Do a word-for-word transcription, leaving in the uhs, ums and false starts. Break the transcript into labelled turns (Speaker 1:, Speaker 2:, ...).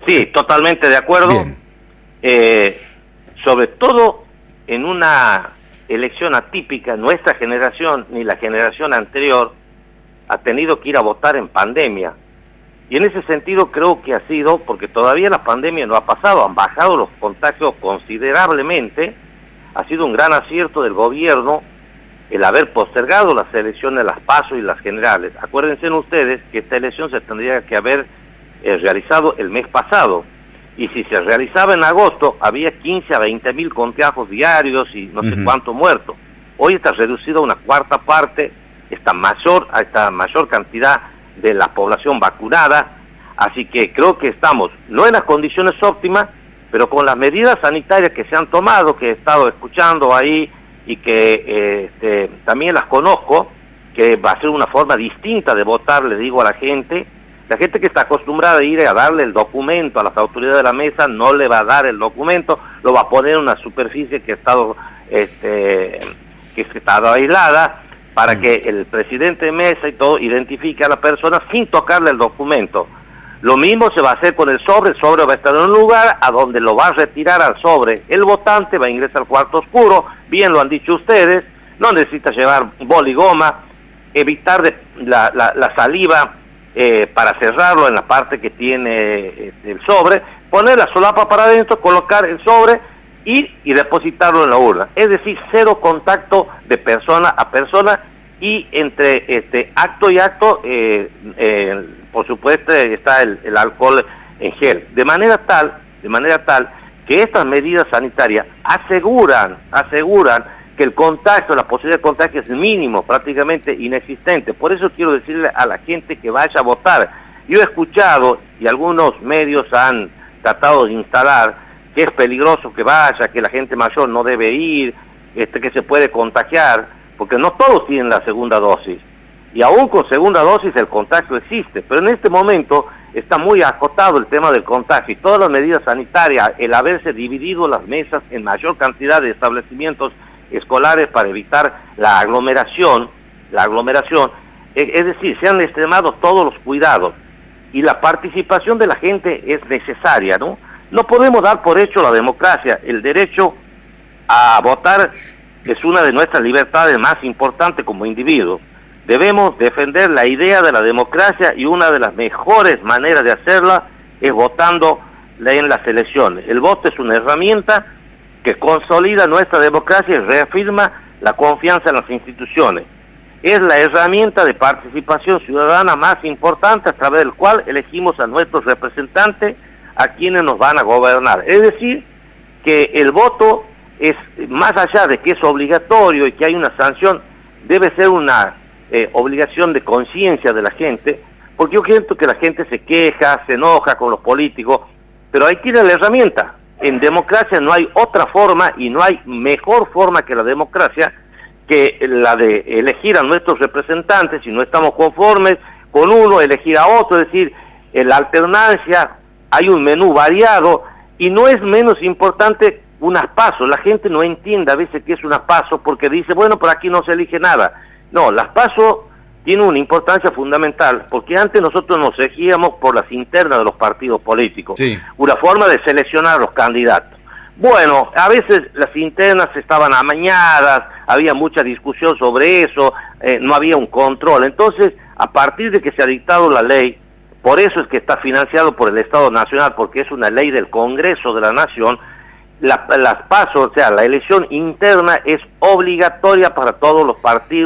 Speaker 1: Sí, totalmente de acuerdo. Eh, sobre todo en una elección atípica, nuestra generación ni la generación anterior ha tenido que ir a votar en pandemia. Y en ese sentido creo que ha sido, porque todavía la pandemia no ha pasado, han bajado los contagios considerablemente, ha sido un gran acierto del gobierno el haber postergado las elecciones, las PASO y las generales. Acuérdense ustedes que esta elección se tendría que haber eh, realizado el mes pasado, y si se realizaba en agosto había quince a veinte mil contagios diarios y no uh-huh. sé cuánto muertos. Hoy está reducido a una cuarta parte, está mayor, a esta mayor cantidad de la población vacunada, así que creo que estamos no en las condiciones óptimas, pero con las medidas sanitarias que se han tomado, que he estado escuchando ahí y que eh, este, también las conozco, que va a ser una forma distinta de votar, le digo a la gente. La gente que está acostumbrada a ir a darle el documento a las autoridades de la mesa, no le va a dar el documento, lo va a poner en una superficie que ha estado, este, que ha estado aislada, para mm. que el presidente de mesa y todo identifique a la persona sin tocarle el documento. Lo mismo se va a hacer con el sobre. El sobre va a estar en un lugar a donde lo va a retirar al sobre el votante, va a ingresar al cuarto oscuro, bien lo han dicho ustedes, no necesita llevar boli y goma, evitar de, la, la, la saliva eh, para cerrarlo en la parte que tiene eh, el sobre, poner la solapa para adentro, colocar el sobre y, y depositarlo en la urna. Es decir, cero contacto de persona a persona, y entre este acto y acto, eh, eh, por supuesto, está el, el alcohol en gel. De manera tal, de manera tal que estas medidas sanitarias aseguran, aseguran que el contagio, la posibilidad de contagio es mínimo, prácticamente inexistente. Por eso quiero decirle a la gente que vaya a votar. Yo he escuchado, y algunos medios han tratado de instalar, que es peligroso que vaya, que la gente mayor no debe ir, este, que se puede contagiar, porque no todos tienen la segunda dosis. Y aún con segunda dosis el contagio existe, pero en este momento está muy acotado el tema del contagio, y todas las medidas sanitarias, el haberse dividido las mesas en mayor cantidad de establecimientos escolares para evitar la aglomeración, la aglomeración, es, es decir, se han extremado todos los cuidados, y la participación de la gente es necesaria, ¿no? No podemos dar por hecho la democracia. El derecho a votar es una de nuestras libertades más importantes como individuos. Debemos defender la idea de la democracia, y una de las mejores maneras de hacerla es votando en las elecciones. El voto es una herramienta que consolida nuestra democracia y reafirma la confianza en las instituciones. Es la herramienta de participación ciudadana más importante, a través del cual elegimos a nuestros representantes, a quienes nos van a gobernar. Es decir, que el voto es, más allá de que es obligatorio y que hay una sanción, debe ser una eh, obligación de conciencia de la gente, porque yo siento que la gente se queja, se enoja con los políticos, pero ahí tiene la herramienta. En democracia no hay otra forma, y no hay mejor forma que la democracia, que la de elegir a nuestros representantes. Si no estamos conformes con uno, elegir a otro. Es decir, en la alternancia hay un menú variado, y no es menos importante unas PASO. La gente no entiende a veces qué es una PASO, porque dice, bueno, por aquí no se elige nada. No, las PASO tienen una importancia fundamental, porque antes nosotros nos regíamos por las internas de los partidos políticos, sí. Una forma de seleccionar a los candidatos. Bueno, a veces las internas estaban amañadas, había mucha discusión sobre eso, eh, no había un control. Entonces, a partir de que se ha dictado la ley, por eso es que está financiado por el Estado Nacional, porque es una ley del Congreso de la Nación, la, las PASO, o sea, la elección interna es obligatoria para todos los partidos.